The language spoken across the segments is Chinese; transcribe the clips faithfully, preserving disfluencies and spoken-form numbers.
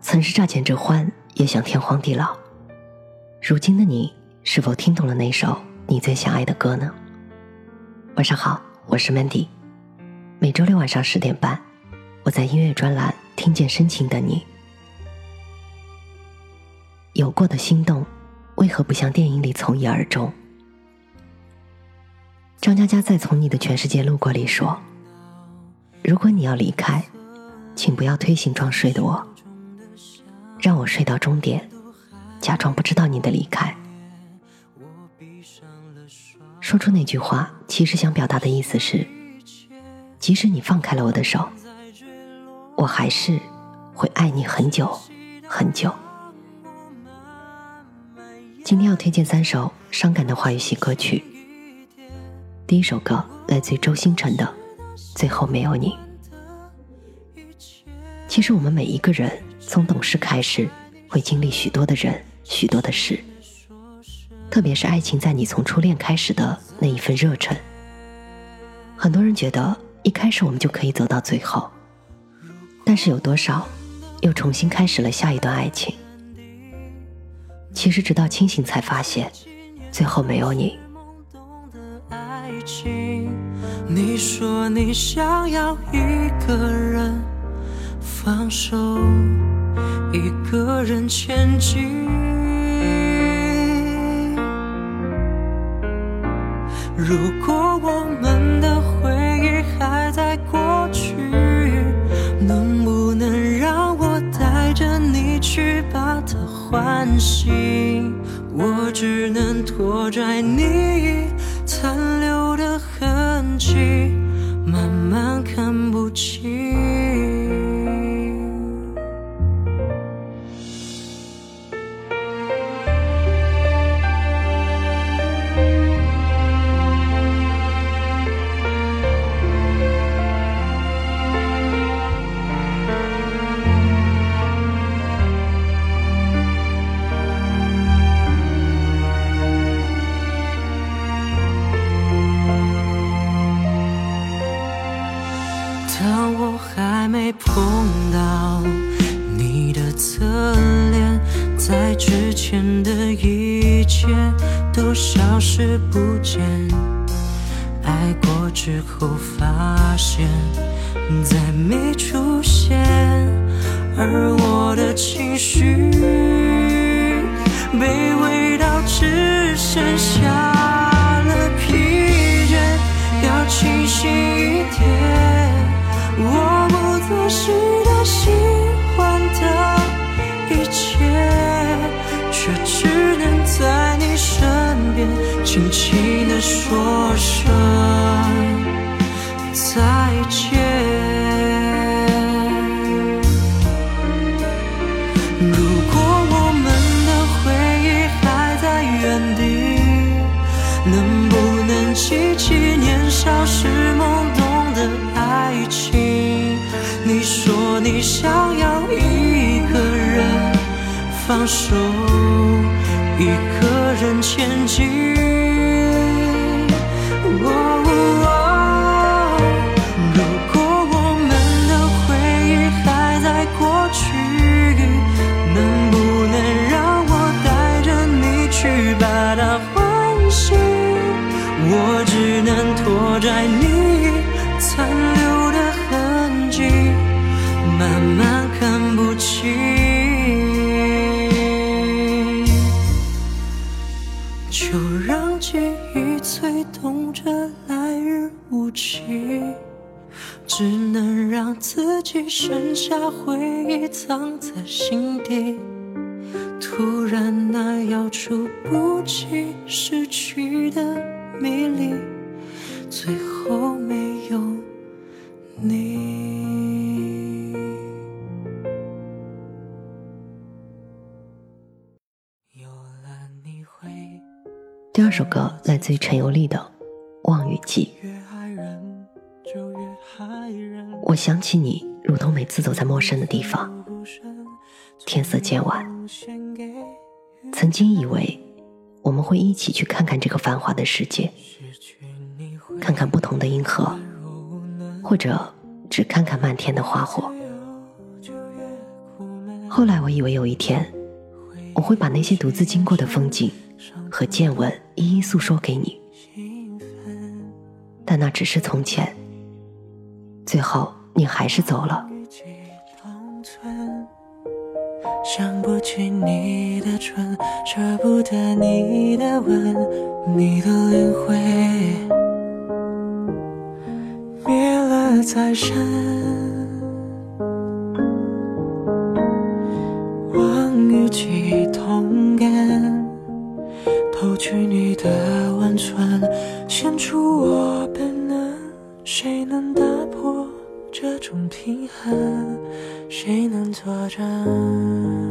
曾是乍见之欢，也想天荒地老。如今的你，是否听懂了那首你最想爱的歌呢？晚上好，我是 Mandy。每周六晚上十点半，我在音乐专栏听见深情的你。有过的心动，为何不像电影里从一而终？张嘉佳在《从你的全世界路过》里说，如果你要离开，请不要推醒装睡的我，让我睡到终点，假装不知道你的离开。说出那句话，其实想表达的意思是，即使你放开了我的手，我还是会爱你很久很久。今天要推荐三首伤感的华语系歌曲。第一首歌来自于周星辰的《最后没有你》。其实我们每一个人从懂事开始，会经历许多的人，许多的事，特别是爱情在你从初恋开始的那一份热忱。很多人觉得一开始我们就可以走到最后，但是有多少又重新开始了下一段爱情？其实直到清醒才发现，最后没有你。 你说你想要一个人放手，一个人前进。如果我们的回忆还在过去，能不能让我带着你去把它唤醒？我只能拖拽你残留的痕迹，慢慢看不清。当我还没碰到你的侧脸，在之前的一切都消失不见。爱过之后发现再没出现，而我的情绪被味道只剩下了疲倦。要清醒一点，我不再是他喜欢的一切，却只能在你身边轻轻地说声再见。如果我们的回忆还在原地，能不能记起年少时懵懂的爱情？你说你想要一个人放手，一个人前进。哦哦，如果我们的回忆还在过去，能不能让我带着你去把它唤醒？我只能拖拽你残留的痕迹，慢慢看不清。就让记忆催动着来日无期，只能让自己剩下回忆藏在心底。突然那遥触不及失去的迷离，最后没有你。 第二首歌来自于陈游丽的《望雨记》。我想起你，如同每次走在陌生的地方，天色渐晚，曾经以为我们会一起去看看这个繁华的世界，看看不同的银河，或者只看看漫天的花火。 后来我以为有一天，我会把那些独自经过的风景和见闻一一诉说给你，但那只是从前。最后你还是走了。 想不起你的唇，舍不得你的吻，你的脸会灭了再生，望与己同感，偷取你的温存，献出我本能，谁能打破这种平衡，谁能作证？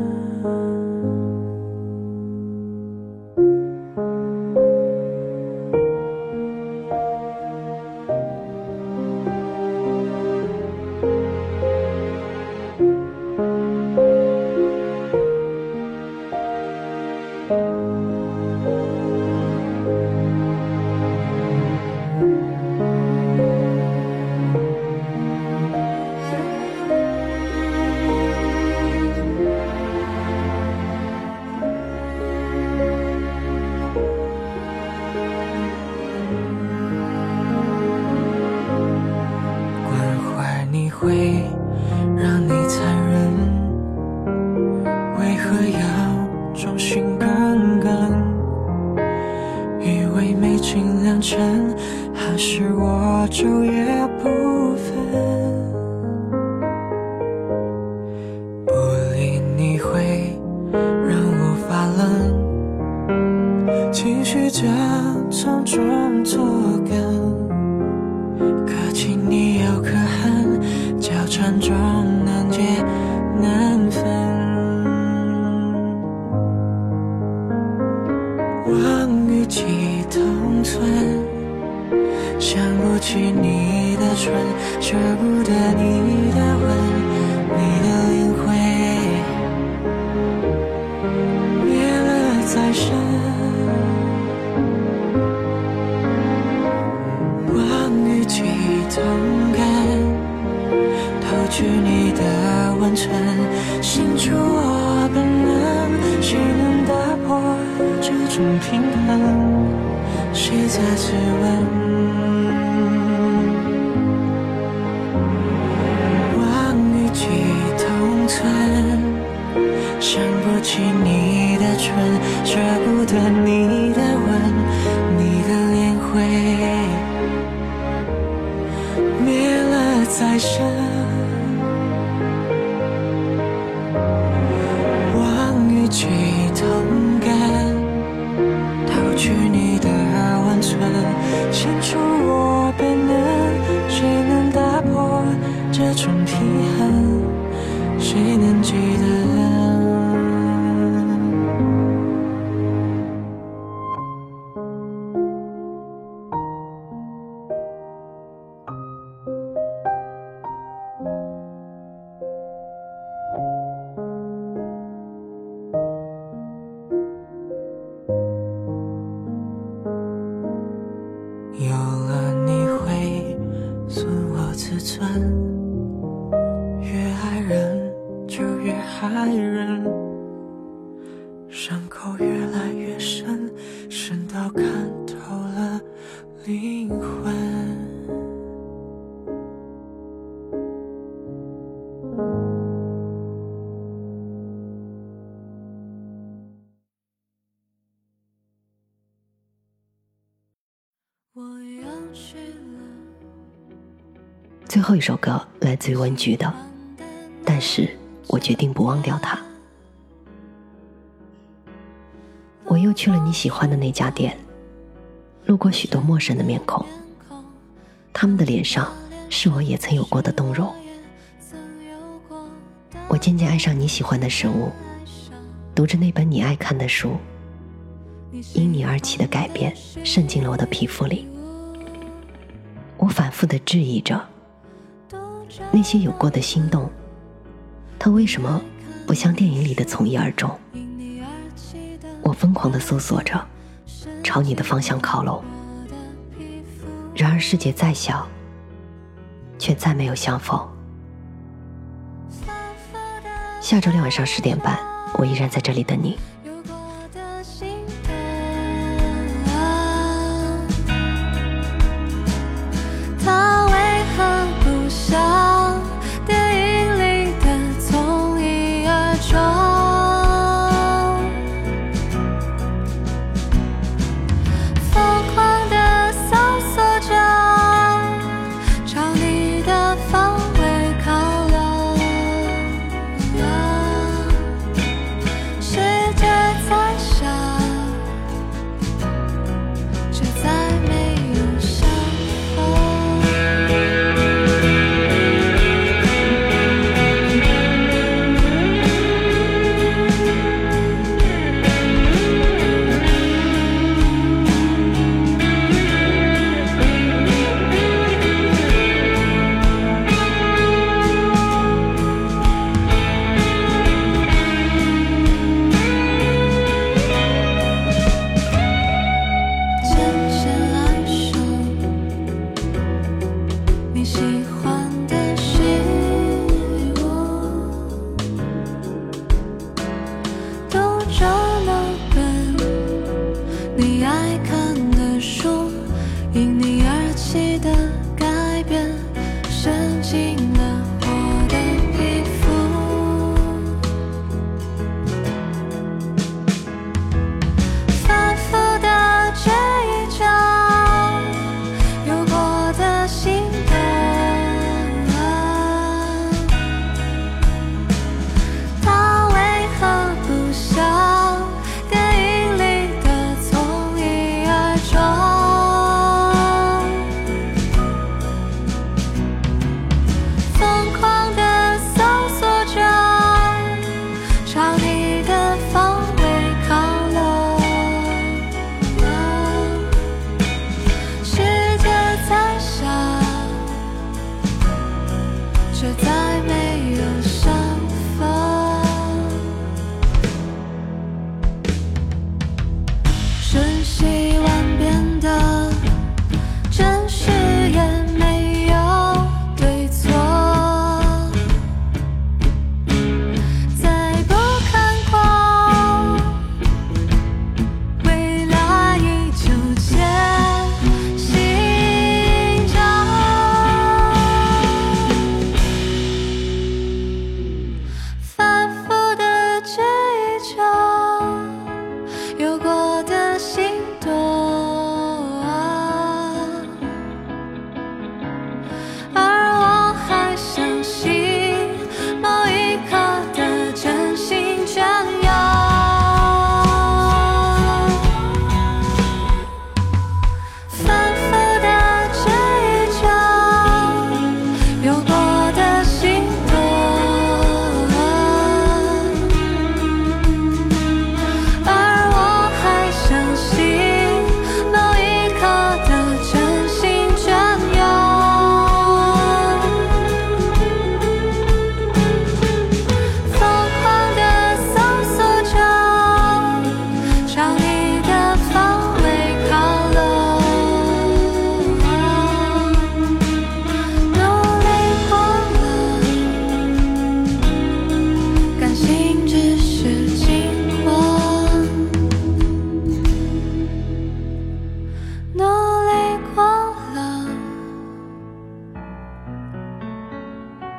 会让你残忍，为何要忠心耿耿？以为没尽良辰，还是我昼夜不分。不理你会让我发冷，情绪就从中作梗。可亲你又可恨，交缠中难解难分。望与己同存，想不起你的唇，舍不得你的吻，你的脸会灭了再生。望与己同感，偷取你的温存，献出我本能，谁能打破这种平衡？谁在质问？望与己同存，想不起你的唇，舍不得你的吻，你的脸会灭了再生。望与己同感，偷取你的温存，献出我本能，谁能打破这种平衡？谁能记得？有了你会损我自尊，越爱人就越害人，伤口越来越深，深到看透了灵魂。 最后一首歌来自于文菊的，但是我决定不忘掉它。我又去了你喜欢的那家店，路过许多陌生的面孔，他们的脸上是我也曾有过的动容。我渐渐爱上你喜欢的食物，读着那本你爱看的书，因你而起的改变渗进了我的皮肤里。我反复地质疑着那些有过的心动，它为什么不像电影里的从一而终？我疯狂地搜索着，朝你的方向靠拢。然而世界再小，却再没有相逢。 下周六晚上十点半，我依然在这里等你。 他为何不像电影里的从一而终，疯狂地搜索着，朝你的方位靠拢，世界在想，却再没有相逢。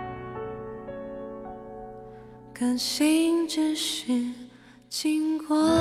感性只是经过。